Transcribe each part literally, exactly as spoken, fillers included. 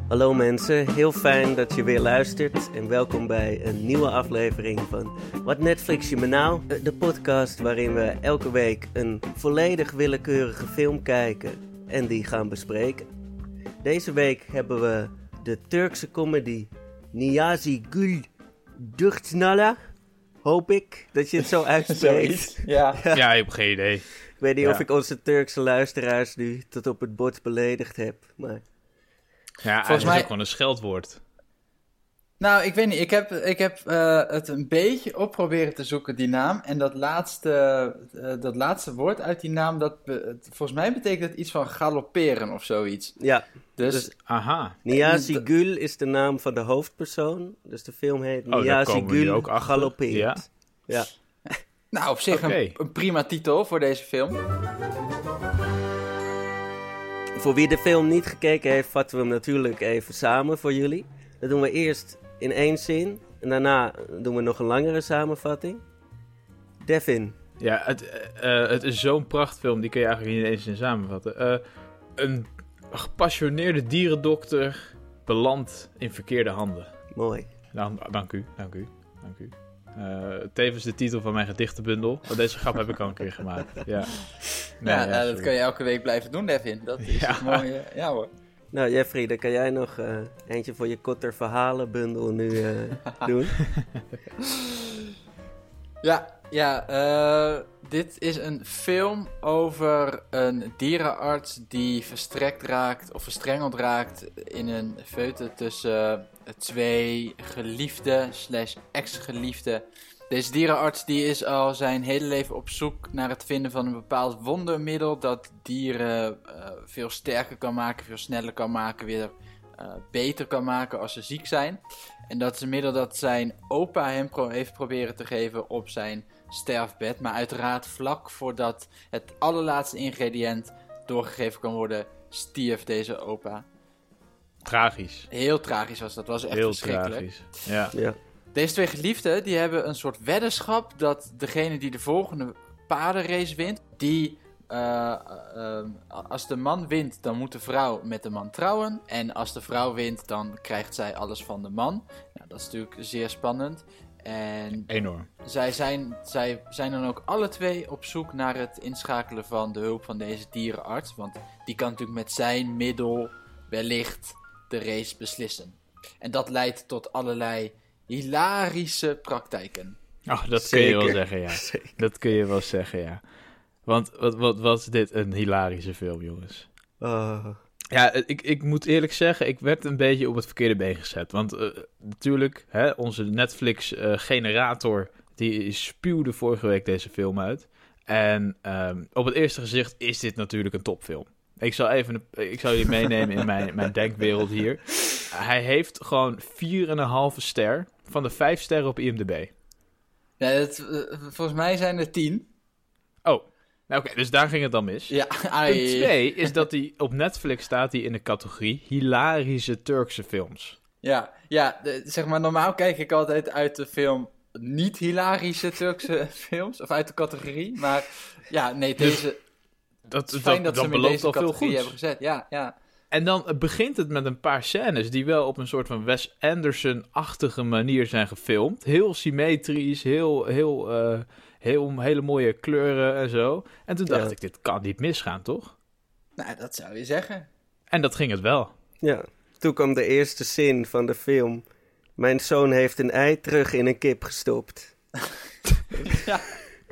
Hallo mensen, heel fijn dat je weer luistert en welkom bij een nieuwe aflevering van Wat Netflix je me nou? De podcast waarin we elke week een volledig willekeurige film kijken en die gaan bespreken. Deze week hebben we de Turkse comedy Niyazi Gül Durtnala. Hoop ik dat je het zo uitspreekt. ja. Ja. ja, ik heb geen idee. Ik weet niet ja. of ik onze Turkse luisteraars nu tot op het bord beledigd heb, maar... Ja, volgens mij is ook gewoon een scheldwoord. Nou, ik weet niet. Ik heb, ik heb uh, het een beetje op proberen te zoeken, die naam. En dat laatste, uh, dat laatste woord uit die naam, dat be- volgens mij betekent het iets van galopperen of zoiets. Ja. Dus, dus aha. Niyazi Gül is de naam van de hoofdpersoon. Dus de film heet oh, Niyazi Gül galoppeert. Ja. ja. Nou, op zich okay. een, een prima titel voor deze film. Voor wie de film niet gekeken heeft, vatten we hem natuurlijk even samen voor jullie. Dat doen we eerst in één zin. En daarna doen we nog een langere samenvatting. Devin. Ja, het, uh, het is zo'n prachtfilm, die kun je eigenlijk niet in één zin samenvatten. Uh, een gepassioneerde dierendokter belandt in verkeerde handen. Mooi. Dan, dank u, dank u, dank u. Uh, tevens de titel van mijn gedichtenbundel. Want deze grap heb ik al een keer gemaakt. Ja, nee, ja, ja dat kun je elke week blijven doen, Devin. Dat is ja. mooi. Uh, ja hoor. Nou, Jeffrey, dan kan jij nog uh, eentje voor je Kotter verhalenbundel nu uh, doen. Ja, ja uh, dit is een film over een dierenarts die verstrekt raakt of verstrengeld raakt in een feute tussen uh, twee geliefden slash ex-geliefden. Deze dierenarts die is al zijn hele leven op zoek naar het vinden van een bepaald wondermiddel dat dieren uh, veel sterker kan maken, veel sneller kan maken, weer uh, beter kan maken als ze ziek zijn. En dat is een middel dat zijn opa hem pro- heeft proberen te geven op zijn sterfbed. Maar uiteraard vlak voordat het allerlaatste ingrediënt doorgegeven kan worden, stierf deze opa. Tragisch. Heel tragisch was dat. Dat was echt Heel verschrikkelijk. Tragisch. Ja. ja. Deze twee geliefden die hebben een soort weddenschap dat degene die de volgende paardenrace wint, die... Uh, uh, als de man wint, dan moet de vrouw met de man trouwen. En als de vrouw wint, dan krijgt zij alles van de man. Nou, dat is natuurlijk zeer spannend. En enorm. Zij zijn, zij zijn dan ook alle twee op zoek naar het inschakelen van de hulp van deze dierenarts. Want die kan natuurlijk met zijn middel wellicht de race beslissen. En dat leidt tot allerlei hilarische praktijken. Oh, dat Zeker. kun je wel zeggen, ja. Zeker. Dat kun je wel zeggen, ja. Want wat, wat was dit een hilarische film, jongens. Oh. Ja, ik, ik moet eerlijk zeggen, ik werd een beetje op het verkeerde been gezet. Want uh, natuurlijk, hè, onze Netflix-generator, uh, die spuwde vorige week deze film uit. En um, op het eerste gezicht is dit natuurlijk een topfilm. Ik zal even, ik zal jullie meenemen in mijn, mijn denkwereld hier. Uh, hij heeft gewoon vier komma vijf ster van de vijf sterren op I M D B. Ja, dat, uh, volgens mij zijn er tien. Oh. Nou, oké, okay, dus daar ging het dan mis. Ja, ai. Punt twee is dat hij op Netflix staat hij in de categorie hilarische Turkse films. Ja, ja de, zeg maar normaal kijk ik altijd uit de film niet hilarische Turkse films, of uit de categorie, maar ja, nee, deze... Dus dat, het is fijn dat, dat, dat ze dat hem in deze al categorie veel hebben gezet, ja, ja. En dan begint het met een paar scènes die wel op een soort van Wes Anderson-achtige manier zijn gefilmd. Heel symmetrisch, heel, heel, uh, heel, hele mooie kleuren en zo. En toen dacht ja. ik, dit kan niet misgaan, toch? Nou, dat zou je zeggen. En dat ging het wel. Ja, toen kwam de eerste zin van de film. Mijn zoon heeft een ei terug in een kip gestopt. ja.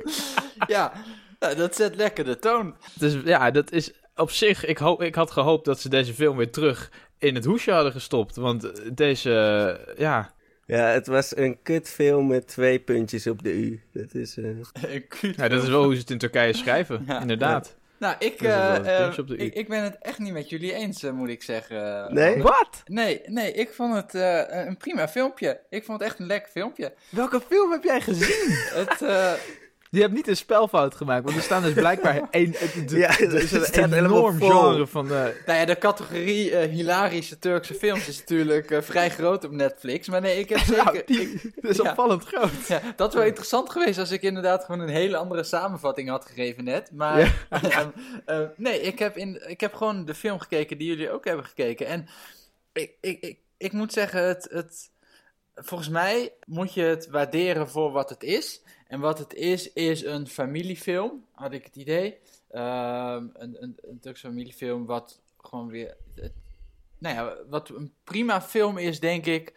ja, nou, dat zet lekker de toon. Dus ja, dat is... Op zich, ik, hoop, ik had gehoopt dat ze deze film weer terug in het hoesje hadden gestopt. Want deze, uh, ja... Ja, het was een kutfilm met twee puntjes op de U. Dat is... Uh... een kutfilm. Ja, dat is wel hoe ze het in Turkije schrijven, ja, inderdaad. Ja. Nou, ik, uh, uh, ik, ik ben het echt niet met jullie eens, uh, moet ik zeggen. Nee? Wat? Nee, nee, ik vond het uh, een prima filmpje. Ik vond het echt een lekker filmpje. Welke film heb jij gezien? het... Uh, Je hebt niet een spelfout gemaakt, want er staan dus blijkbaar een, de, ja, er is een enorm genre van... Uh... Nou ja, de categorie uh, hilarische Turkse films is natuurlijk uh, vrij groot op Netflix. Maar nee, ik heb zeker... Nou, die, ik, dat is ja, opvallend groot. Ja, dat was wel interessant geweest als ik inderdaad gewoon een hele andere samenvatting had gegeven net. Maar ja. uh, uh, nee, ik heb, in, ik heb gewoon de film gekeken die jullie ook hebben gekeken. En Ik, ik, ik, ik moet zeggen, het, het, volgens mij moet je het waarderen voor wat het is. En wat het is, is een familiefilm, had ik het idee. Um, een, een, een Turkse familiefilm wat gewoon weer... Het, nou ja, wat een prima film is, denk ik...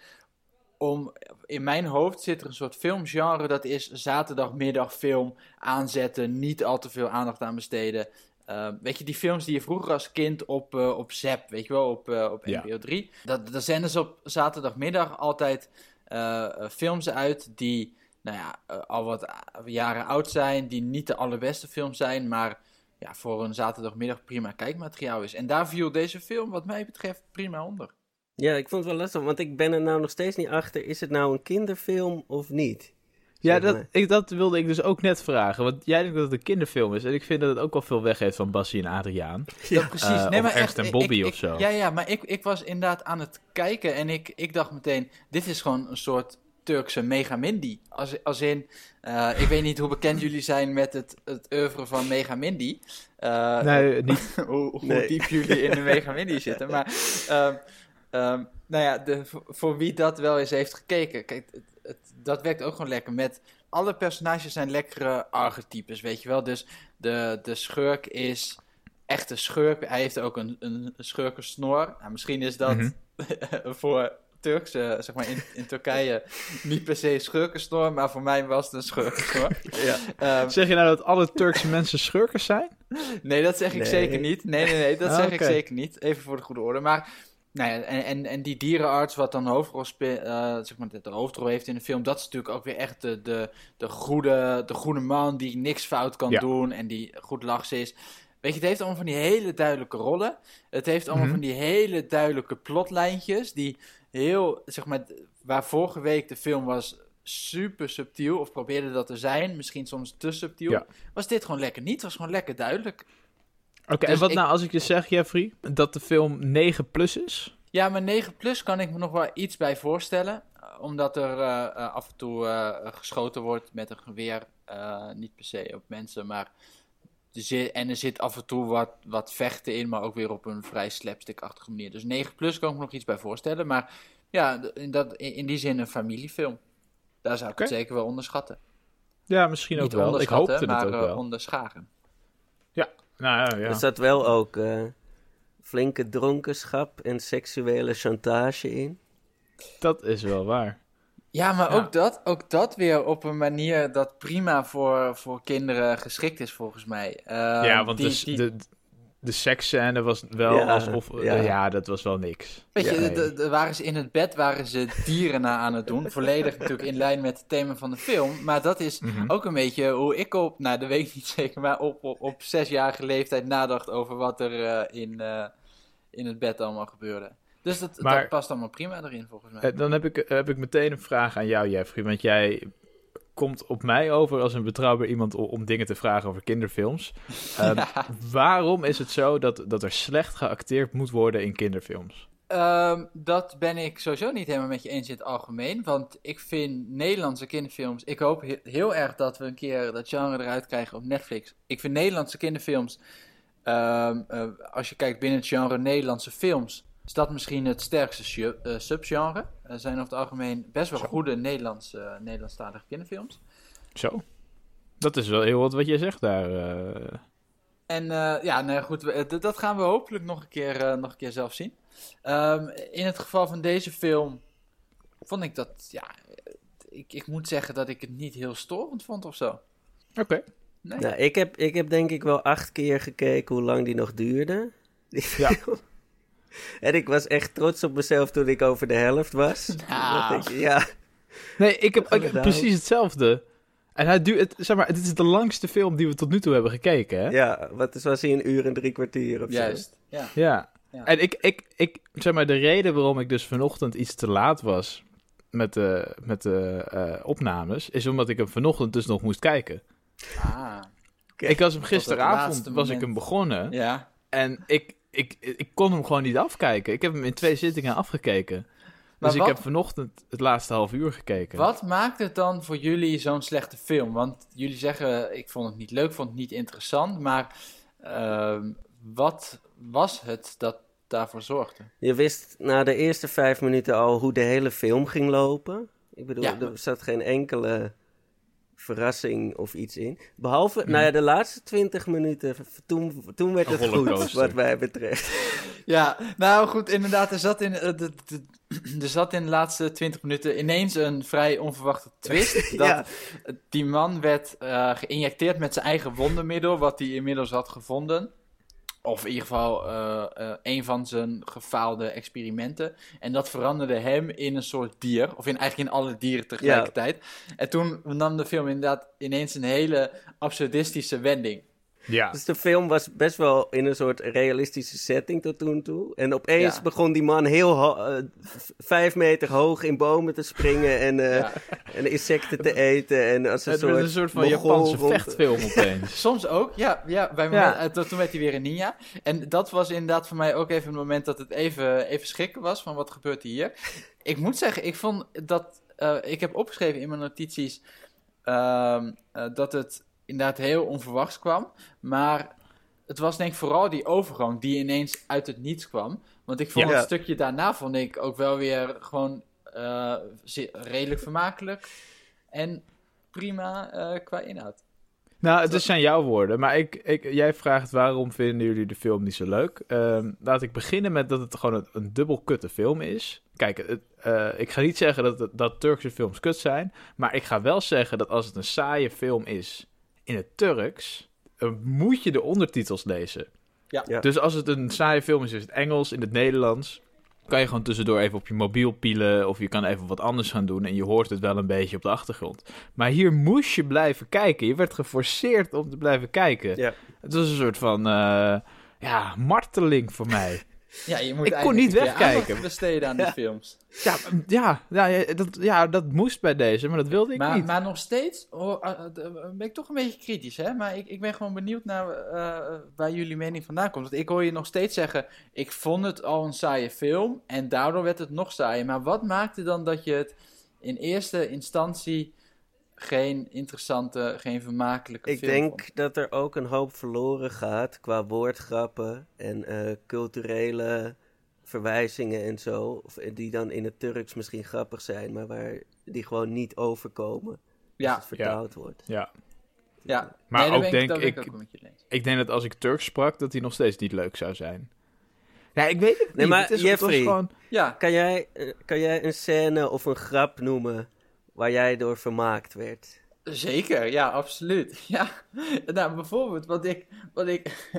Om, in mijn hoofd zit er een soort filmgenre, dat is zaterdagmiddagfilm aanzetten, niet al te veel aandacht aan besteden. Uh, weet je, die films die je vroeger als kind op, uh, op Zap, weet je wel, op, uh, op N P O drie. Dat, daar zenden ze op zaterdagmiddag altijd uh, uh, films uit die, nou ja, uh, al wat jaren oud zijn, die niet de allerbeste films zijn, maar ja, voor een zaterdagmiddag prima kijkmateriaal is. En daar viel deze film, wat mij betreft, prima onder. Ja, ik vond het wel lastig, want ik ben er nou nog steeds niet achter. Is het nou een kinderfilm of niet? Ja, dat, ik, dat wilde ik dus ook net vragen. Want jij denkt dat het een kinderfilm is. En ik vind dat het ook wel veel weg heeft van Bassie en Adriaan. Ja, precies. Uh, nee, maar Ernst echt, en Bobby ik, of ik, zo. Ja, ja, maar ik, ik was inderdaad aan het kijken. En ik, ik dacht meteen, dit is gewoon een soort Turkse Megamindy. Als, als in, uh, ik weet niet hoe bekend jullie zijn met het, het oeuvre van Megamindy. Uh, nee, niet. hoe hoe nee. diep jullie in de Megamindy zitten. Maar... Uh, Um, nou ja, de, voor, voor wie dat wel eens heeft gekeken. Kijk, het, het, dat werkt ook gewoon lekker. Met alle personages zijn lekkere archetypes, weet je wel. Dus de, de schurk is echt een schurk. Hij heeft ook een, een, een schurkensnor. Nou, misschien is dat mm-hmm. voor Turkse, zeg maar in, in Turkije, niet per se schurkensnor. Maar voor mij was het een schurkensnor. Ja. Um, zeg je nou dat alle Turkse mensen schurkers zijn? Nee, dat zeg ik nee. zeker niet. Nee, nee, nee, dat ah, zeg okay. ik zeker niet. Even voor de goede orde. Maar... Nou ja, en, en, en die dierenarts wat dan de hoofdrol, spe- uh, zeg maar de hoofdrol heeft in de film, dat is natuurlijk ook weer echt de, de, de, goede, de goede man die niks fout kan ja. doen en die goed lachs is. Weet je, het heeft allemaal van die hele duidelijke rollen. Het heeft allemaal mm-hmm. van die hele duidelijke plotlijntjes die heel, zeg maar, waar vorige week de film was super subtiel, of probeerde dat te zijn, misschien soms te subtiel, ja. was dit gewoon lekker niet. Het was gewoon lekker duidelijk. Oké, okay, dus en wat ik... nou als ik je zeg, Jeffrey, dat de film negen plus is? Ja, maar negen plus kan ik me nog wel iets bij voorstellen. Omdat er uh, uh, af en toe uh, geschoten wordt met een geweer. Uh, niet per se op mensen, maar... Er zit, en er zit af en toe wat, wat vechten in, maar ook weer op een vrij slapstick-achtige manier. Dus negen plus kan ik me nog iets bij voorstellen. Maar ja, in, dat, in die zin een familiefilm. Daar zou ik okay. het zeker wel onderschatten. Ja, misschien niet ook wel. Ik hoopte maar, het ook wel. Uh, onderscharen. Ja. Nou, ja, ja. Er zat wel ook uh, flinke dronkenschap en seksuele chantage in. Dat is wel waar. Ja, maar ja. Ook, dat, ook dat weer op een manier dat prima voor, voor kinderen geschikt is, volgens mij. Uh, ja, want die, de, die... de, de seksscène was wel ja, alsof... Ja. Uh, ja, dat was wel niks. Weet je, ja, de, de, de, waren ze in het bed, waren ze dieren na aan het doen. Volledig natuurlijk in lijn met het thema van de film. Maar dat is mm-hmm. ook een beetje hoe ik op, nou dat weet ik niet zeker, maar op, op, op zesjarige leeftijd nadacht over wat er uh, in, uh, in het bed allemaal gebeurde. Dus dat, maar, dat past allemaal prima erin, volgens mij. Dan heb ik, heb ik meteen een vraag aan jou, Jeffrey. Want jij komt op mij over als een betrouwbaar iemand om, om dingen te vragen over kinderfilms. Um, ja. Waarom is het zo dat, dat er slecht geacteerd moet worden in kinderfilms? Um, dat ben ik sowieso niet helemaal met je eens in het algemeen. Want ik vind Nederlandse kinderfilms... Ik hoop he- heel erg dat we een keer dat genre eruit krijgen op Netflix. Ik vind Nederlandse kinderfilms... Um, uh, als je kijkt binnen het genre Nederlandse films... is dat misschien het sterkste su- uh, subgenre. Er zijn over het algemeen best wel Zo. goede Nederlandse, uh, Nederlandstalige kinderfilms. Zo. Dat is wel heel wat wat jij zegt daar. Uh... En uh, ja, nou goed, we, d- dat gaan we hopelijk nog een keer, uh, nog een keer zelf zien. Um, in het geval van deze film vond ik dat, ja, ik, ik moet zeggen dat ik het niet heel storend vond of zo. Oké. Okay. Nee. Nou, ik heb, ik heb denk ik wel acht keer gekeken hoe lang die nog duurde. Die ja. En ik was echt trots op mezelf toen ik over de helft was. Nou. Ik, ja. Nee, ik heb, ik heb precies hetzelfde. En hij duurt, zeg maar, het is de langste film die we tot nu toe hebben gekeken, hè? Ja, wat is, was hij een uur en drie kwartier of Juist, zo. ja. Ja. ja. En ik, ik, ik, zeg maar, de reden waarom ik dus vanochtend iets te laat was met de, met de uh, opnames, is omdat ik hem vanochtend dus nog moest kijken. Ah. Okay. Ik was hem gisteravond, was ik hem begonnen. Ja. En ik, ik, ik kon hem gewoon niet afkijken. Ik heb hem in twee zittingen afgekeken. Maar dus wat, ik heb vanochtend het laatste half uur gekeken. Wat maakt het dan voor jullie zo'n slechte film? Want jullie zeggen, ik vond het niet leuk, vond het niet interessant. Maar uh, wat was het dat daarvoor zorgde. Je wist na de eerste vijf minuten al hoe de hele film ging lopen. Ik bedoel, Ja. er zat geen enkele verrassing of iets in. Behalve, Hmm. nou ja, de laatste twintig minuten, toen, toen werd Een het goed, rollercoaster. wat mij betreft. Ja, nou goed, inderdaad, er zat in, eh, de, de, er zat in de laatste twintig minuten ineens een vrij onverwachte twist. Dat Ja. die man werd eh, geïnjecteerd met zijn eigen wondermiddel, wat hij inmiddels had gevonden. Of in ieder geval eh, eh, een van zijn gefaalde experimenten. En dat veranderde hem in een soort dier. Of in, eigenlijk in alle dieren tegelijkertijd. En toen nam de film inderdaad ineens een hele absurdistische wending. Ja. Dus de film was best wel in een soort realistische setting tot toen toe. En opeens Ja. begon die man heel ho- eh, v- vijf meter hoog in bomen te springen en, eh, Ja. en insecten te eten. En als een Het soort, werd een soort van Mongool Japanse rond- vechtfilm opeens. Soms ook, ja. ja, bij Ja. moment, eh, toen werd hij weer een ninja. En dat was inderdaad voor mij ook even een moment dat het even, even schrikken was van wat gebeurt hier. Ik moet zeggen, ik vond dat... eh, ik heb opgeschreven in mijn notities ehm, eh, dat het inderdaad heel onverwachts kwam. Maar het was denk ik vooral die overgang die ineens uit het niets kwam. Want ik vond Ja. het stukje daarna vond ik ook wel weer gewoon eh, ze- redelijk vermakelijk. En prima eh, qua inhoud. Nou, het zijn jouw woorden, maar ik, ik, jij vraagt waarom vinden jullie de film niet zo leuk? Ehm, laat ik beginnen met dat het gewoon een, een dubbel kutte film is. Kijk, het, eh, ik ga niet zeggen dat, het- dat Turkse films kut zijn, maar ik ga wel zeggen dat als het een saaie film is in het Turks, dan moet je de ondertitels lezen. Ja. Ja. Dus als het een saaie film is in het Engels, in het Nederlands, kan je gewoon tussendoor even op je mobiel pielen of je kan even wat anders gaan doen en je hoort het wel een beetje op de achtergrond. Maar hier moest je blijven kijken. Je werd geforceerd om te blijven kijken. Ja. Het was een soort van uh, ja, marteling voor mij. Ja, je moet Ik kon eindelijk niet een keer wegkijken. aandacht besteden aan die Ja. films. ja, ja, ja, dat, ja, dat moest bij deze, maar dat wilde ik Maar, niet. maar nog steeds oh, uh, uh, ben ik toch een beetje kritisch, hè? Maar ik, ik ben gewoon benieuwd naar uh, waar jullie mening vandaan komt. Want ik hoor je nog steeds zeggen, ik vond het al een saaie film en daardoor werd het nog saaier. Maar wat maakte dan dat je het in eerste instantie geen interessante, geen vermakelijke Ik film denk vond? dat er ook een hoop verloren gaat qua woordgrappen en eh, culturele verwijzingen en zo. Of, die dan in het Turks misschien grappig zijn, maar waar die gewoon niet overkomen als Ja, het vertaald wordt. Ja. ja. Maar nee, daar ook ben ik, denk daar ben ik ik- ook wel met je eens. Ik denk dat als ik Turks sprak, dat hij nog steeds niet leuk zou zijn. Ja, ik weet het niet. Nee, maar het is, het was Jeffrey, gewoon... Ja, Kan jij, eh, kan jij een scène of een grap noemen waar jij door vermaakt werd? zeker, ja, absoluut. Ja, nou, bijvoorbeeld wat ik, wat ik,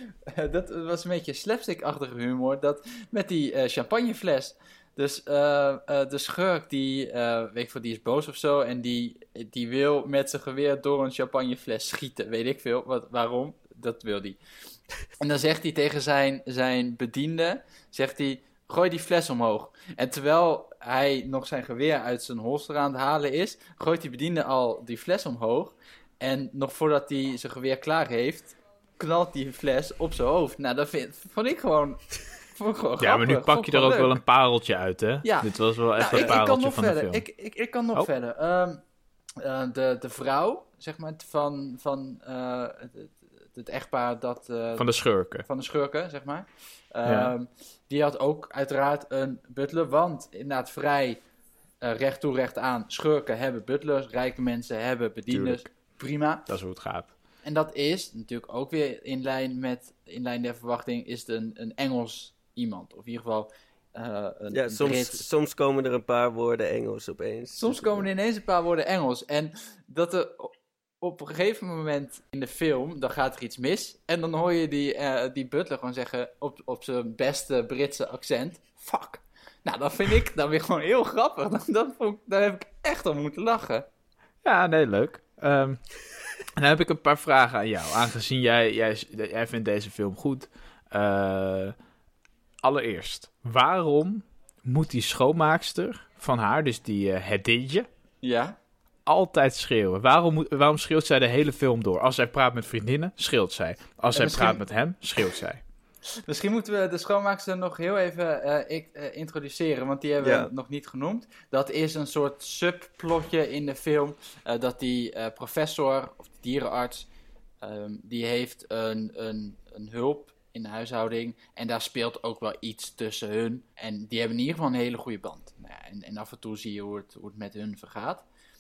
dat was een beetje slapstick-achtige humor, dat met die eh, champagnefles. Dus eh, eh, de schurk, die, eh, weet ik veel, die is boos of zo, en die, die wil met zijn geweer door een champagnefles schieten, weet ik veel, wat, waarom, dat wil hij. En dan zegt hij tegen zijn, zijn bediende, zegt hij, gooi die fles omhoog. En terwijl hij nog zijn geweer uit zijn holster aan het halen is, gooit die bediende al die fles omhoog. En nog voordat hij zijn geweer klaar heeft, knalt die fles op zijn hoofd. Nou, dat vind, vond ik gewoon, vond ik gewoon Ja, maar nu grappig. pak Vond je ik er ook gewoon wel leuk. een pareltje uit, hè? Ja. Dit was wel echt Nou, een ik, ik kan pareltje nog van de verder. film. Ik, ik, ik kan nog Oh. verder. Ehm, eh, de, de vrouw, zeg maar, van, van eh, het, het, het echtpaar dat... eh, Van de schurken. van de schurken, zeg maar. Ja. Ehm, die had ook uiteraard een butler, want inderdaad vrij eh, recht toe, recht aan. Schurken hebben butlers, rijke mensen hebben bedieners. Tuurlijk. Prima. Dat is hoe het gaat. En dat is natuurlijk ook weer in lijn met, in lijn der verwachting, is het een, een Engels iemand. Of in ieder geval eh, een, Ja, een soms, Brits. soms komen er een paar woorden Engels opeens. Soms komen er ineens een paar woorden Engels. En dat er op een gegeven moment in de film, dan gaat er iets mis. En dan hoor je die, eh, die butler gewoon zeggen op, op zijn beste Britse accent, fuck. Nou, dat vind ik dan weer gewoon heel grappig. Dat, dat vond ik, daar heb ik echt om moeten lachen. Ja, nee, leuk. Ehm, dan heb ik een paar vragen aan jou. Aangezien jij, jij, jij vindt deze film goed. Eh, allereerst, waarom moet die schoonmaakster van haar, dus die uh, Hediye, Ja? altijd schreeuwen? Waarom, moet, waarom schreeuwt zij de hele film door? Als zij praat met vriendinnen, schreeuwt zij. Als zij misschien- praat met hem, schreeuwt zij. Misschien moeten we de schoonmaakster nog heel even eh, ik, eh, introduceren, want die hebben Ja. we nog niet genoemd. Dat is een soort subplotje in de film, eh, dat die eh, professor, of die dierenarts, ehm, die heeft een, een, een hulp in de huishouding. En daar speelt ook wel iets tussen hun. En die hebben in ieder geval een hele goede band. Nou ja, en, en af en toe zie je hoe het, hoe het met hun vergaat.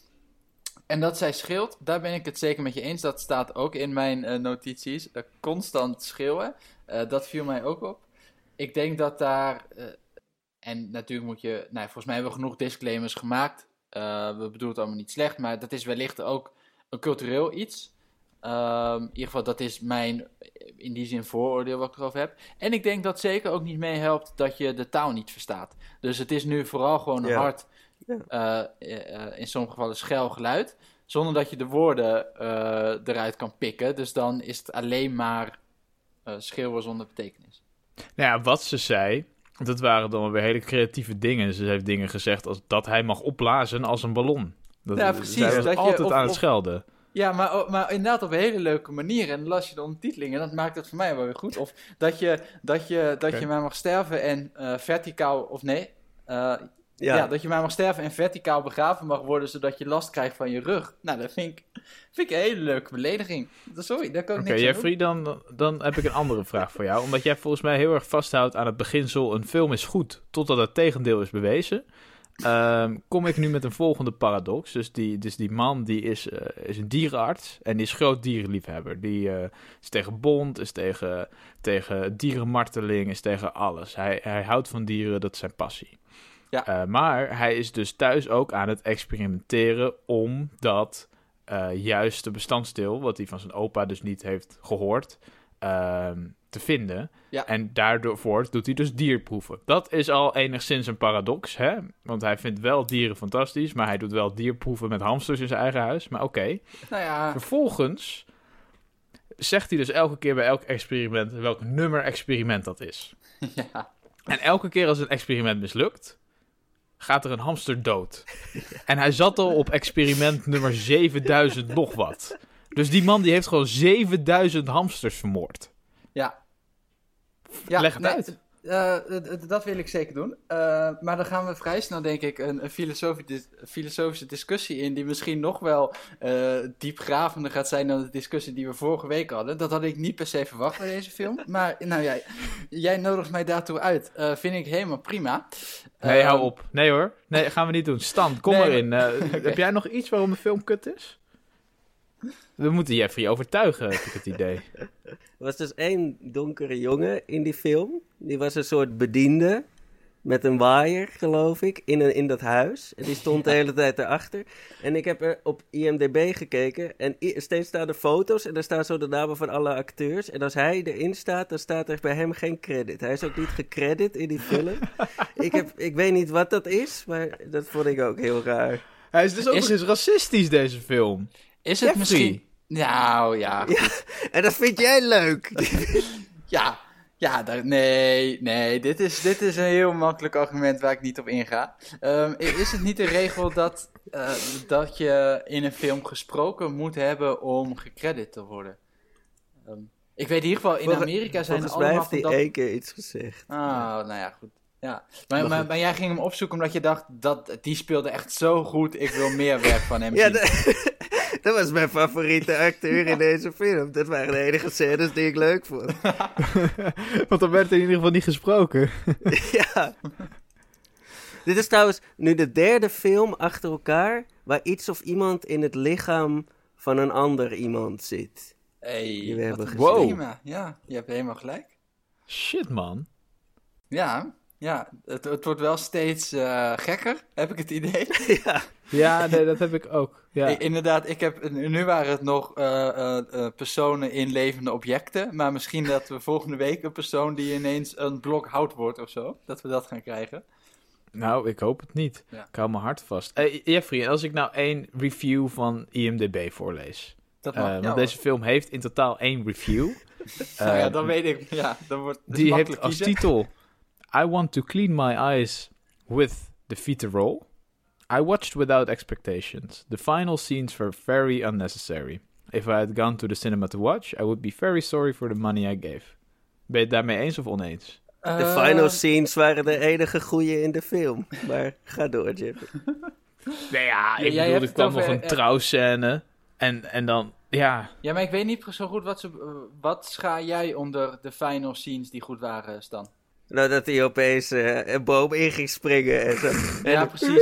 En dat zij schreeuwt, daar ben ik het zeker met je eens. Dat staat ook in mijn uh, notities. Uh, constant schreeuwen. Uh, dat viel mij ook op. Ik denk dat daar... Uh, en natuurlijk moet je... Nou, volgens mij hebben we genoeg disclaimers gemaakt. Uh, we bedoelen het allemaal niet slecht. Maar dat is wellicht ook een cultureel iets. Uh, in ieder geval, dat is mijn... in die zin vooroordeel wat ik erover heb. En ik denk dat zeker ook niet meehelpt dat je de taal niet verstaat. Dus het is nu vooral gewoon een Ja. hard... Ja. Uh, uh, in sommige gevallen schel geluid. Zonder dat je de woorden uh, eruit kan pikken. Dus dan is het alleen maar uh, schreeuwen zonder betekenis. Nou ja, wat ze zei, dat waren dan weer hele creatieve dingen. Ze heeft dingen gezegd als dat hij mag opblazen als een ballon. Dat, Ja, precies. Zij was Dat je- altijd of- aan het of- schelden. Ja, maar, maar inderdaad op een hele leuke manier. En dan las je de ondertiteling en dat maakt het voor mij wel weer goed. Of dat je, dat je, dat Oké. je maar mag sterven en uh, verticaal... Of nee... Uh, Ja, Ja, dat je maar mag sterven en verticaal begraven mag worden, zodat je last krijgt van je rug. Nou, dat vind ik, vind ik een hele leuke belediging. Sorry, daar kan ik Oké, niks aan Jeffrey, dan, dan heb ik een andere vraag voor jou. Omdat jij volgens mij heel erg vasthoudt aan het beginsel... een film is goed, totdat het tegendeel is bewezen. Um, kom ik nu met een volgende paradox. Dus die, dus die man die is, uh, is een dierenarts en die is groot dierenliefhebber. Die uh, is tegen bond, is tegen, tegen dierenmarteling, is tegen alles. Hij, hij houdt van dieren, dat is zijn passie. Ja. Uh, maar hij is dus thuis ook aan het experimenteren om dat uh, juiste bestanddeel, wat hij van zijn opa dus niet heeft gehoord, uh, te vinden. Ja. En daardoor doet hij dus dierproeven. Dat is al enigszins een paradox, hè? Want hij vindt wel dieren fantastisch, maar hij doet wel dierproeven met hamsters in zijn eigen huis. Maar oké. Okay. Nou ja... Vervolgens zegt hij dus elke keer bij elk experiment welk nummer experiment dat is. Ja. En elke keer als een experiment mislukt, gaat er een hamster dood. En hij zat al op experiment nummer zevenduizend nog wat. Dus die man die heeft gewoon zevenduizend hamsters vermoord. Ja. ja Leg het nee, uit. Uh, d- dat wil ik zeker doen. Uh, maar dan gaan we vrij snel, denk ik, een, een filosofische, filosofische discussie in... die misschien nog wel uh, diepgravender gaat zijn dan de discussie die we vorige week hadden. Dat had ik niet per se verwacht bij deze film. Maar nou, jij, jij nodigt mij daartoe uit. Uh, vind ik helemaal prima. Nee, uh, hou op. Nee hoor. Nee, gaan we niet doen. Stan, kom nee, erin. Uh, okay. Heb jij nog iets waarom een film kut is? We moeten Jeffrey overtuigen, heb ik het idee. er was dus één donkere jongen in die film. Die was een soort bediende met een waaier, geloof ik, in, een, in dat huis. En die stond de hele tijd erachter. En ik heb er op I M D B gekeken en i- steeds staan er foto's en daar staan zo de namen van alle acteurs. En als hij erin staat, dan staat er bij hem geen credit. Hij is ook niet gecredit in die film. ik, heb, ik weet niet wat dat is, maar dat vond ik ook heel raar. Hij is dus ook Is- nog eens racistisch, deze film. Is het Jeffrey. misschien... Nou, ja. Ja, en dat vind jij leuk. Ja, ja daar, nee, nee. Dit is, dit is een heel makkelijk argument waar ik niet op inga. Um, is het niet de regel dat, uh, dat je in een film gesproken moet hebben om gecredit te worden? Um, ik weet in ieder geval, in Volgens- Amerika zijn er Volgens mij allemaal heeft van hij dat... één keer iets gezegd. Ah, nou ja, goed. Ja. Maar, Maar maar, goed. maar jij ging hem opzoeken omdat je dacht, dat, die speelde echt zo goed, ik wil meer werk van hem Ja, zien. dat, dat was mijn favoriete acteur in deze film. Dat waren de enige scènes die ik leuk vond. Want dan werd er in ieder geval niet gesproken. Ja. Dit is trouwens nu de derde film achter elkaar waar iets of iemand in het lichaam van een ander iemand zit. Hey, Die we wat hebben een gezien. Wow. thema. Ja, je hebt helemaal gelijk. Shit, man. Ja, ja het, het wordt wel steeds uh, gekker, heb ik het idee. Ja. Ja, nee, dat heb ik ook. Ja. I- inderdaad, ik heb, nu waren het nog uh, uh, uh, personen in levende objecten, maar misschien dat we volgende week een persoon die ineens een blok hout wordt of zo, dat we dat gaan krijgen. Nou, ik hoop het niet. Ja. Ik hou mijn hart vast. Hey, Jeffrey, als ik nou één review van I M D B voorlees. Dat Uh, mag, want ja, deze film heeft in totaal één review. nou ja, Uh, dan weet ik, ja, dan wordt het Die makkelijk heeft als kiezen. titel I want to clean my eyes with the Feature I watched without expectations. The final scenes were very unnecessary. If I had gone to the cinema to watch, I would be very sorry for the money I gave. Ben je het daarmee eens of oneens? De Uh, final scenes waren de enige goeie in de film. Maar ga door, Jeffrey. Nee, ja, Ja, ik jij bedoel, hebt er het kwam over, nog een eh, trouwscène. En, en dan, ja... Ja, maar ik weet niet zo goed wat ze... Uh, wat schaar jij onder de final scenes die goed waren, Stan? Nou, dat hij opeens uh, een boom in ging springen en zo. Ja, en precies.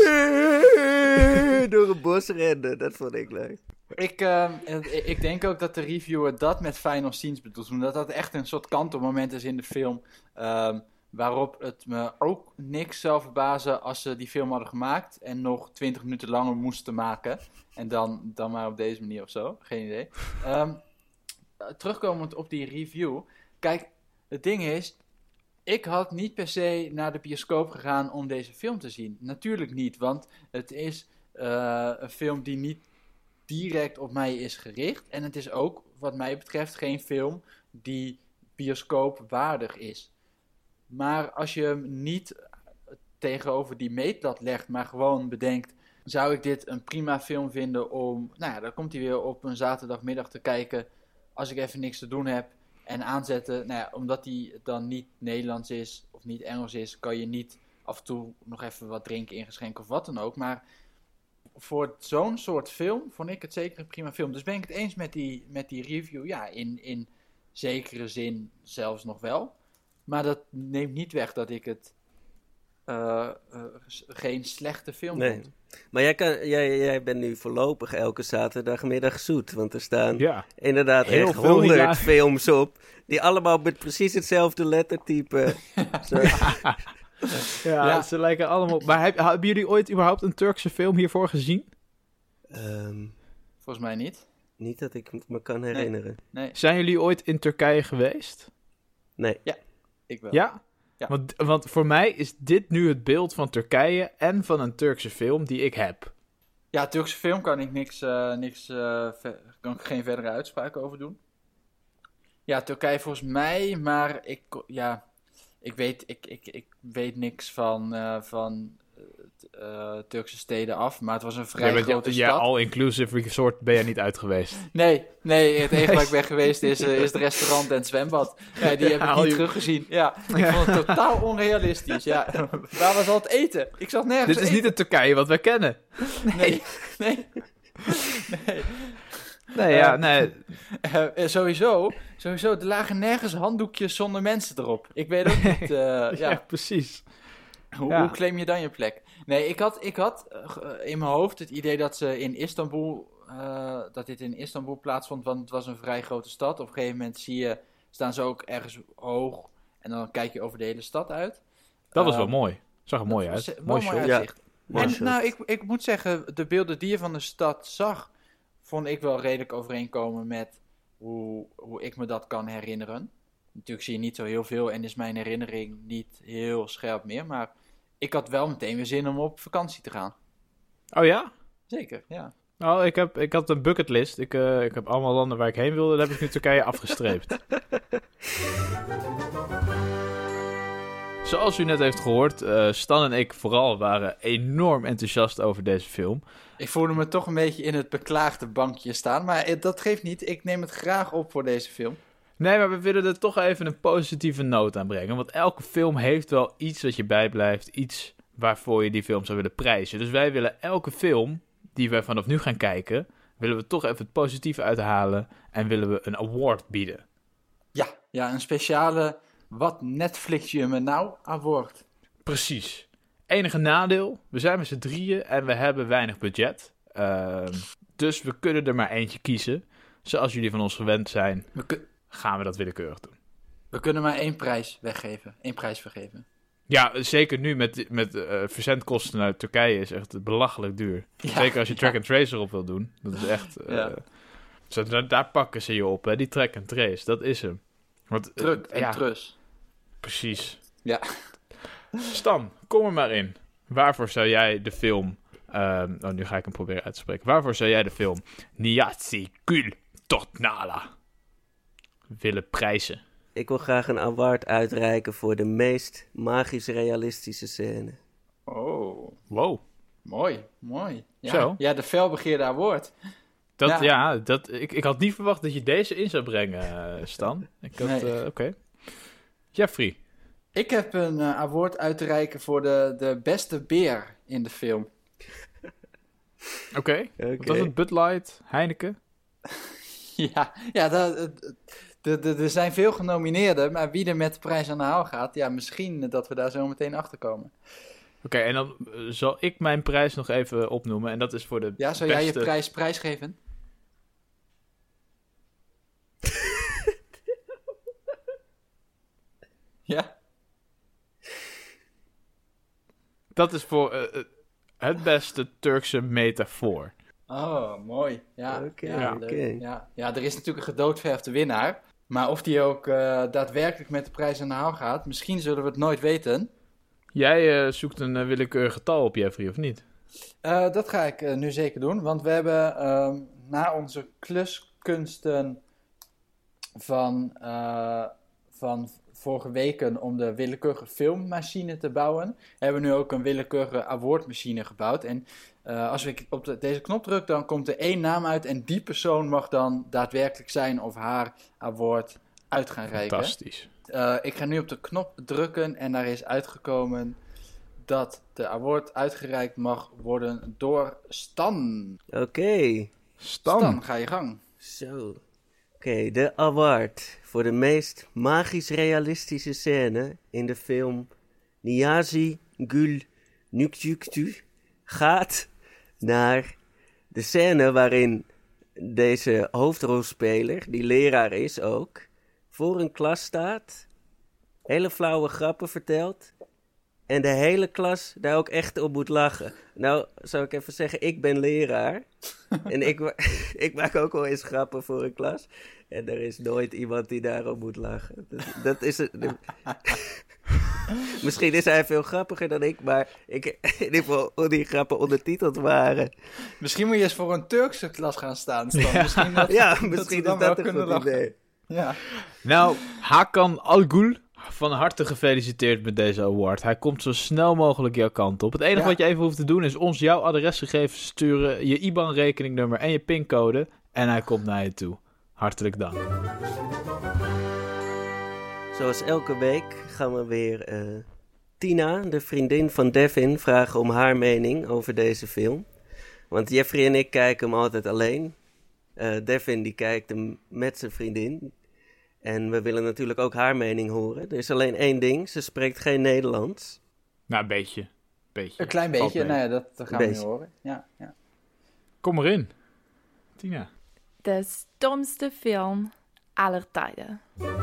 Door een bos rende. Dat vond ik leuk. Ik, uh, ik denk ook dat de reviewer dat met final scenes bedoelt. Omdat dat echt een soort kantelmoment is in de film. Um, waarop het me ook niks zou verbazen als ze die film hadden gemaakt. En nog twintig minuten langer moesten maken. En dan, dan maar op deze manier of zo. Geen idee. Um, terugkomend op die review. Kijk, het ding is... Ik had niet per se naar de bioscoop gegaan om deze film te zien. Natuurlijk niet, want het is uh, een film die niet direct op mij is gericht. En het is ook, wat mij betreft, geen film die bioscoopwaardig is. Maar als je hem niet tegenover die meetlat legt, maar gewoon bedenkt... Zou ik dit een prima film vinden om... Nou ja, dan komt hij weer op een zaterdagmiddag te kijken als ik even niks te doen heb... En aanzetten, nou ja, omdat die dan niet Nederlands is of niet Engels is, kan je niet af en toe nog even wat drinken ingeschenken of wat dan ook. Maar voor zo'n soort film vond ik het zeker een prima film. Dus ben ik het eens met die, met die review? Ja, in, in zekere zin zelfs nog wel. Maar dat neemt niet weg dat ik het uh, uh, geen slechte film nee. vond. Maar jij, kan, jij, jij bent nu voorlopig elke zaterdagmiddag zoet. Want er staan ja. inderdaad Heel echt veel honderd hila- films op. Die allemaal met precies hetzelfde lettertype. Zo. ja, ja, ze lijken allemaal... Maar heb, hebben jullie ooit überhaupt een Turkse film hiervoor gezien? Um, Volgens mij niet. Niet dat ik me kan herinneren. Nee. nee. Zijn jullie ooit in Turkije geweest? Nee. Ja, ik wel. Ja? Ja. Want, want voor mij is dit nu het beeld van Turkije en van een Turkse film die ik heb. Ja, Turkse film kan ik niks, uh, niks uh, ver, kan ik geen verdere uitspraken over doen. Ja, Turkije volgens mij, maar ik, ja, ik weet, ik, ik, ik weet niks van, uh, van uh, Turkse steden af, maar het was een vrij ja, grote ja, stad. Ja, all-inclusive resort ben je niet uit geweest. Nee, nee, het enige waar ik ben geweest is, uh, is het restaurant en het zwembad. Ja, die heb ik niet je... teruggezien. Ja, ik ja. vond het totaal onrealistisch. Ja, waar was al het eten? Ik zag nergens Dit is eten. niet het Turkije wat wij kennen. Nee, nee, nee. Nee, ja, nee. Uh, uh, sowieso, sowieso, er lagen nergens handdoekjes zonder mensen erop. Ik weet ook niet, uh, ja. ja, precies. Hoe, ja. hoe claim je dan je plek? Nee, ik had, ik had uh, in mijn hoofd het idee dat ze in Istanbul, uh, dat dit in Istanbul plaatsvond, want het was een vrij grote stad. Op een gegeven moment zie je, staan ze ook ergens hoog en dan kijk je over de hele stad uit. Dat was uh, wel mooi. Zag er mooi uit. Was, mooi mooi shot. uitzicht. Ja. En nou, ik, ik moet zeggen, de beelden die je van de stad zag, vond ik wel redelijk overeenkomen met hoe, hoe ik me dat kan herinneren. Natuurlijk zie je niet zo heel veel en is mijn herinnering niet heel scherp meer, maar ik had wel meteen weer zin om op vakantie te gaan. Oh ja? Zeker, ja. Nou, ik, heb, ik had een bucketlist. Ik, uh, ik heb allemaal landen waar ik heen wilde. Dat heb ik nu Turkije afgestreept. Zoals u net heeft gehoord, uh, Stan en ik vooral waren enorm enthousiast over deze film. Ik voelde me toch een beetje in het beklaagde bankje staan, maar dat geeft niet. Ik neem het graag op voor deze film. Nee, maar we willen er toch even een positieve noot aan brengen. Want elke film heeft wel iets wat je bijblijft. Iets waarvoor je die film zou willen prijzen. Dus wij willen elke film die wij vanaf nu gaan kijken, willen we toch even het positieve uithalen en willen we een award bieden. Ja, ja, een speciale wat Netflix je me nou award. Precies. Enige nadeel, we zijn met z'n drieën en we hebben weinig budget. Uh, dus we kunnen er maar eentje kiezen. Zoals jullie van ons gewend zijn, we kun- gaan we dat willekeurig doen. We kunnen maar één prijs weggeven. Één prijs vergeven. Ja, zeker nu met, met uh, verzendkosten naar Turkije is echt belachelijk duur. Ja, zeker als je track ja. and trace erop wil doen. Dat is echt... Uh, ja. zo, daar, daar pakken ze je op, hè, die track and trace. Dat is hem. Want, uh, Druk en ja, trus. Precies. Ja. Stan, kom er maar in. Waarvoor zou jij de film... Uh, oh, nu ga ik hem proberen uit te spreken. Waarvoor zou jij de film Niyazi Kul Tornala willen prijzen? Ik wil graag een award uitreiken voor de meest magisch realistische scène. Oh. Wow. Mooi, mooi. Ja, Zo. ja, de felbegeerde award. Dat, Ja. ja, dat, ik, ik had niet verwacht dat je deze in zou brengen, uh, Stan. Ik had, Nee. uh, Oké. Okay. Jeffrey. Ik heb een uh, award uit te reiken voor de, de beste beer in de film. Oké. Okay. Okay. Wat was het? Bud Light? Heineken? Ja, ja er zijn veel genomineerden, maar wie er met de prijs aan de haal gaat, ja, misschien dat we daar zo meteen achter komen. Oké, okay, en dan uh, zal ik mijn prijs nog even opnoemen. En dat is voor de Ja, zou beste... jij je prijs prijsgeven? Ja? Dat is voor uh, het beste Turkse metafoor. Oh, mooi. Ja, Oké, okay, ja, okay. ja. ja, er is natuurlijk een gedoodverfde winnaar. Maar of die ook uh, daadwerkelijk met de prijs aan de haal gaat, misschien zullen we het nooit weten. Jij uh, zoekt een uh, willekeurig getal op, Jeffrey, of niet? Uh, dat ga ik uh, nu zeker doen, want we hebben uh, na onze kluskunsten van, uh, van vorige weken om de willekeurige filmmachine te bouwen, hebben we nu ook een willekeurige awardmachine gebouwd. En uh, als ik op de, deze knop druk, dan komt er één naam uit en die persoon mag dan daadwerkelijk zijn of haar award uit gaan reiken. Fantastisch. Uh, ik ga nu op de knop drukken en daar is uitgekomen dat de award uitgereikt mag worden door Stan. Oké. Okay. Stan. Stan, ga je gang. Zo. Oké, okay, de award voor de meest magisch realistische scène in de film Niyazi Gül Nükçükçü gaat naar de scène waarin deze hoofdrolspeler, die leraar is ook, voor een klas staat, hele flauwe grappen vertelt en de hele klas daar ook echt op moet lachen. Nou, zou ik even zeggen, ik ben leraar en ik, ik maak ook wel eens grappen voor een klas en er is nooit iemand die daarop moet lachen. Dat, dat is het. Misschien is hij veel grappiger dan ik, maar ik, in ieder geval hoe die grappen ondertiteld waren. Misschien moet je eens voor een Turkse klas gaan staan. Ja, misschien dat, ja, dat misschien dat is dat een goed idee. Ja. Nou, Hakan Algül, van harte gefeliciteerd met deze award. Hij komt zo snel mogelijk jouw kant op. Het enige ja. wat je even hoeft te doen is ons jouw adresgegevens sturen, je I B A N-rekeningnummer en je pincode. En hij komt naar je toe. Hartelijk dank. Zoals elke week gaan we weer uh, Tina, de vriendin van Devin, vragen om haar mening over deze film. Want Jeffrey en ik kijken hem altijd alleen. Uh, Devin die kijkt hem met zijn vriendin. En we willen natuurlijk ook haar mening horen. Er is alleen één ding, ze spreekt geen Nederlands. Nou, een beetje. beetje. Een klein beetje, nou ja, dat, dat gaan we nu horen. Ja, ja. Kom erin, Tina. De stomste film aller tijden.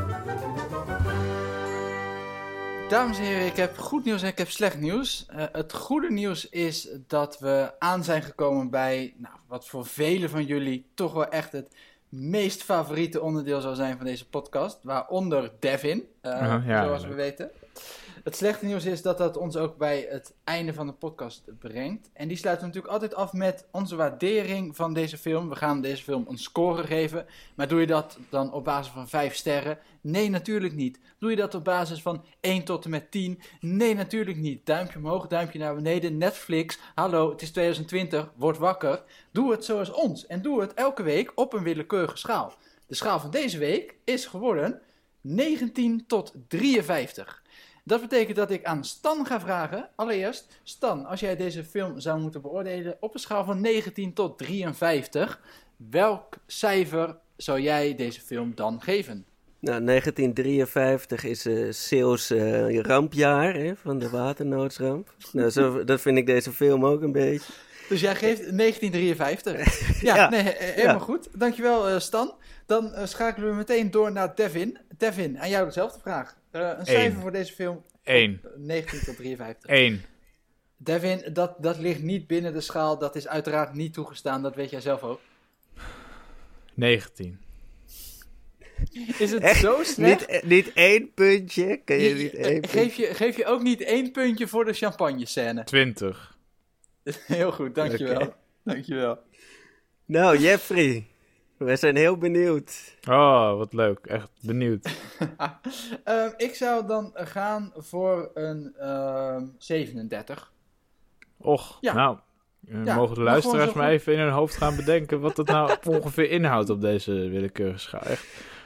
Dames en heren, ik heb goed nieuws en ik heb slecht nieuws. Uh, het goede nieuws is dat we aan zijn gekomen bij, nou, wat voor velen van jullie toch wel echt het meest favoriete onderdeel zal zijn van deze podcast. Waaronder Devin, uh, uh, ja, zoals ja. we weten. Het slechte nieuws is dat dat ons ook bij het einde van de podcast brengt. En die sluiten we natuurlijk altijd af met onze waardering van deze film. We gaan deze film een score geven. Maar doe je dat dan op basis van vijf sterren? Nee, natuurlijk niet. Doe je dat op basis van één tot en met tien? Nee, natuurlijk niet. Duimpje omhoog, duimpje naar beneden. Netflix, hallo, het is twintig twintig, word wakker. Doe het zoals ons. En doe het elke week op een willekeurige schaal. De schaal van deze week is geworden negentien tot drieënvijftig. Dat betekent dat ik aan Stan ga vragen. Allereerst, Stan, als jij deze film zou moeten beoordelen op een schaal van negentien tot drieënvijftig, welk cijfer zou jij deze film dan geven? Nou, negentien drieënvijftig is uh, Zeeuws uh, rampjaar, hè, van de waternoodsramp. Nou, zo, dat vind ik deze film ook een beetje. Dus jij geeft negentien drieënvijftig. Ja, ja, nee, helemaal ja. goed. Dankjewel, uh, Stan. Dan uh, schakelen we meteen door naar Devin. Devin, aan jou dezelfde vraag. Uh, een cijfer Eén. voor deze film? Eén. negentien tot drieënvijftig. Eén. Devin, dat, dat ligt niet binnen de schaal. Dat is uiteraard niet toegestaan. Dat weet jij zelf ook. negentien. Is het Echt? zo slecht? Niet, niet één puntje? Kan je niet één geef, puntje? Je, geef je ook niet één puntje voor de champagne scène? twintig. Heel goed, dankjewel. Okay. Dankjewel. Nou, Jeffrey. We zijn heel benieuwd. Oh, wat leuk. Echt benieuwd. uh, ik zou dan gaan voor een uh, zevenendertig. Och, ja. nou... Uh, ja, mogen de luisteraars maar even in hun hoofd gaan bedenken wat dat nou ongeveer inhoudt op deze willekeurige schaal. Echt.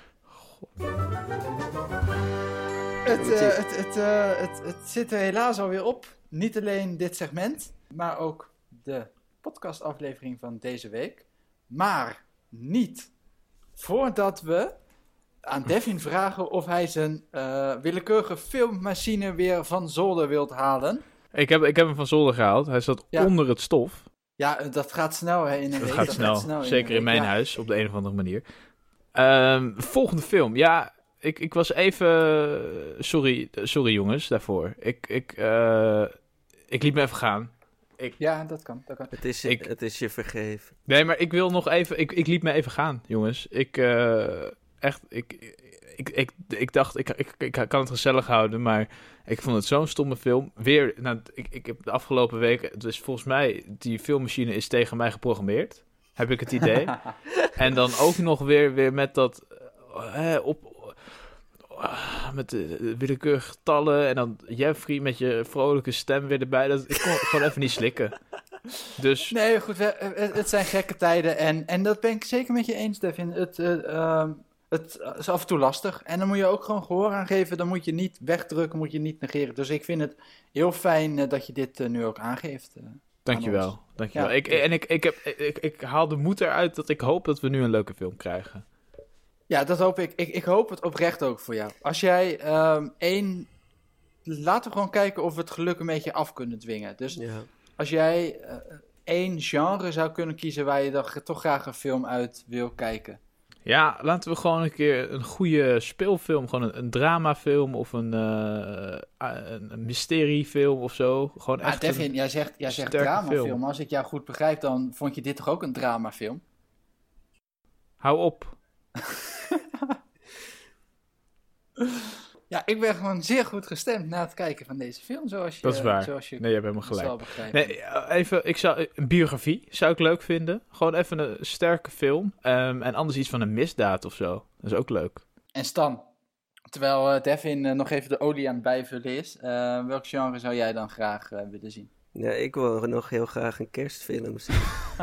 Het, uh, het, het, uh, het, het zit er helaas alweer op. Niet alleen dit segment, maar ook de podcastaflevering van deze week. Maar niet. Voordat we aan Devin vragen of hij zijn uh, willekeurige filmmachine weer van zolder wilt halen. Ik heb, ik heb hem van zolder gehaald. Hij zat Ja. onder het stof. Ja, dat gaat snel hè, in een Dat week. gaat Dat snel. gaat snel Zeker een in mijn week. Ja. huis, op de een of andere manier. Um, volgende film. Ja, ik, ik was even... Sorry, sorry jongens, daarvoor. Ik, ik, uh, ik liet me even gaan. Ik... Ja, dat kan. Dat kan. Het is, je, Ik- het is je vergeven. Nee, maar ik wil nog even... Ik, ik liet me even gaan, jongens. Ik, uh, echt... Ik, ik, ik, ik dacht, ik, ik, ik kan het gezellig houden, maar ik vond het zo'n stomme film. Weer, nou, ik, ik heb de afgelopen weken... Dus volgens mij, die filmmachine is tegen mij geprogrammeerd. Heb ik het idee. En dan ook nog weer, weer met dat... Uh, op... Uh, met de, de willekeurige getallen. En dan Jeffrey met je vrolijke stem weer erbij. Dat, ik kon het gewoon even niet slikken. Dus... Nee, goed, we, het, het zijn gekke tijden en, en dat ben ik zeker met je eens, Devin. Het, uh, uh, het is af en toe lastig en dan moet je ook gewoon gehoor aan geven. Dan moet je niet wegdrukken, moet je niet negeren. Dus ik vind het heel fijn uh, dat je dit uh, nu ook aangeeft. Uh, Dankjewel, aan dankjewel. Ja. Ik, en ik, ik, heb, ik, ik haal de moed eruit dat ik hoop dat we nu een leuke film krijgen. Ja, dat hoop ik. ik. Ik hoop het oprecht ook voor jou. Als jij um, één... Laten we gewoon kijken of we het geluk een beetje af kunnen dwingen. Dus Ja. als jij uh, één genre zou kunnen kiezen waar je dan toch graag een film uit wil kijken. Ja, laten we gewoon een keer een goede speelfilm, gewoon een, een dramafilm of een, uh, een, een mysteriefilm of zo. Gewoon Ah, echt Devin, een jij zegt, jij zegt sterke dramafilm. film. Als ik jou goed begrijp, dan vond je dit toch ook een dramafilm? Hou op. Ja, ik ben gewoon zeer goed gestemd na het kijken van deze film, zoals je, Dat is waar. zoals je Nee, je hebt helemaal zal gelijk. begrijpen. Nee, even, ik zou, een biografie zou ik leuk vinden. Gewoon even een sterke film. Um, en anders iets van een misdaad of zo. Dat is ook leuk. En Stan, terwijl uh, Devin uh, nog even de olie aan het bijvullen is, uh, welk genre zou jij dan graag uh, willen zien? Ja, ik wil nog heel graag een kerstfilm zien.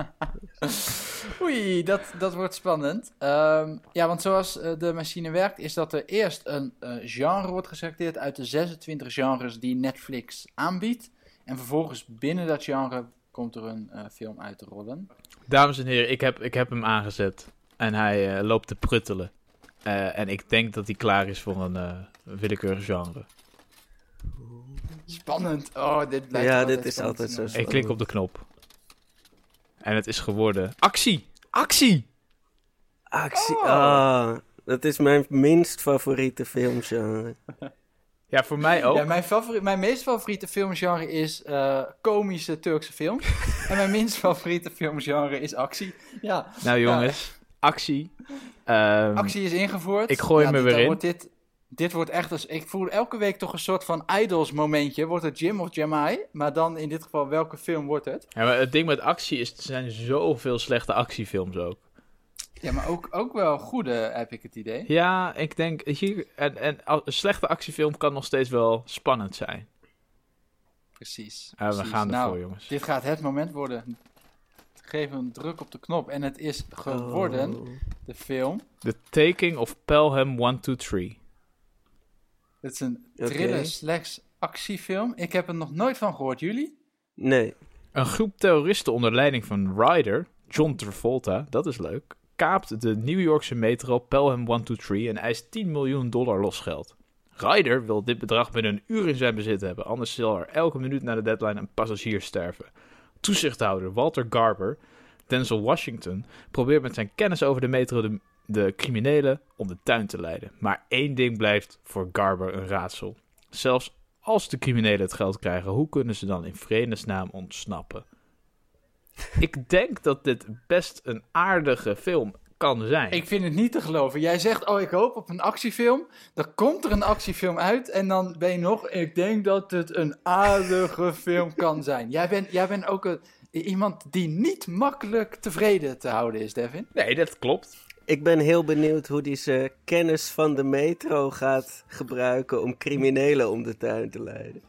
Oei, dat, dat wordt spannend. Um, ja, want zoals uh, de machine werkt, is dat er eerst een uh, genre wordt geselecteerd uit de zesentwintig genres die Netflix aanbiedt. En vervolgens binnen dat genre komt er een uh, film uit te rollen. Dames en heren, ik heb, ik heb hem aangezet. En hij uh, loopt te pruttelen. Uh, en ik denk dat hij klaar is voor een uh, willekeurig genre. Spannend. Oh, dit blijft Ja, altijd dit is spannend. altijd zo Ik spannend. klik op de knop. En het is geworden... Actie! Actie! Actie. Oh. Ah, dat is mijn minst favoriete filmgenre. Ja, voor mij ook. Ja, mijn, favori- mijn meest favoriete filmgenre is uh, komische Turkse films. En mijn minst favoriete filmgenre is actie. Ja, Nou jongens, actie. Um, actie is ingevoerd. Ik gooi ja, hem er dit, weer in. Wordt dit, dit wordt echt als... Ik voel elke week toch een soort van idols momentje. Wordt het Jim of Jamai? Maar dan in dit geval, welke film wordt het? Ja, maar het ding met actie is, er zijn zoveel slechte actiefilms ook. Ja, maar ook, ook wel goede, heb ik het idee. Ja, ik denk, hier, en, en een slechte actiefilm kan nog steeds wel spannend zijn. Precies. Uh, we precies. gaan ervoor, nou, jongens. Dit gaat het moment worden. Geef een druk op de knop. En het is geworden, Oh. de film. The Taking of Pelham one two three. Het is een Oké. thriller slash actiefilm. Ik heb er nog nooit van gehoord. Jullie? Nee. Een groep terroristen onder leiding van Ryder, John Travolta, dat is leuk, kaapt de New Yorkse metro Pelham one two three en eist tien miljoen dollar losgeld. Ryder wil dit bedrag binnen een uur in zijn bezit hebben, anders zal er elke minuut na de deadline een passagier sterven. Toezichthouder Walter Garber, Denzel Washington, probeert met zijn kennis over de metro de, de criminelen om de tuin te leiden. Maar één ding blijft voor Garber een raadsel. Zelfs als de criminelen het geld krijgen, hoe kunnen ze dan in vredesnaam ontsnappen? Ik denk dat dit best een aardige film kan zijn. Ik vind het niet te geloven. Jij zegt, oh, ik hoop op een actiefilm. Dan komt er een actiefilm uit. En dan ben je nog, ik denk dat het een aardige film kan zijn. Jij bent, jij bent ook een, iemand die niet makkelijk tevreden te houden is, Devin. Nee, dat klopt. Ik ben heel benieuwd hoe hij zijn kennis van de metro gaat gebruiken om criminelen om de tuin te leiden.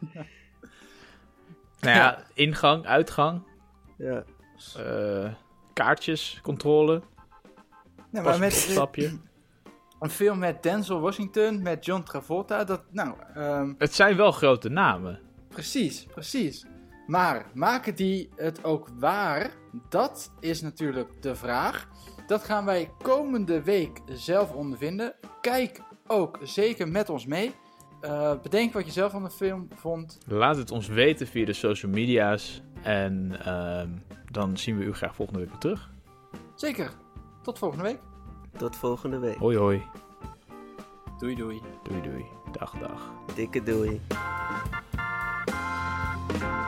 Nou ja, ingang, uitgang, Ja. uh, kaartjes, controle, Nou, pas maar op met stapje. een film met Denzel Washington, met John Travolta, dat, nou, um, Het zijn wel grote namen. precies, precies. Maar maken die het ook waar? Dat is natuurlijk de vraag. Dat gaan wij komende week zelf ondervinden. Kijk ook zeker met ons mee. Uh, bedenk wat je zelf van de film vond. Laat het ons weten via de social media's. En uh, dan zien we u graag volgende week weer terug. Zeker. Tot volgende week. Tot volgende week. Hoi hoi. Doei doei. Doei doei. Dag dag. Dikke doei.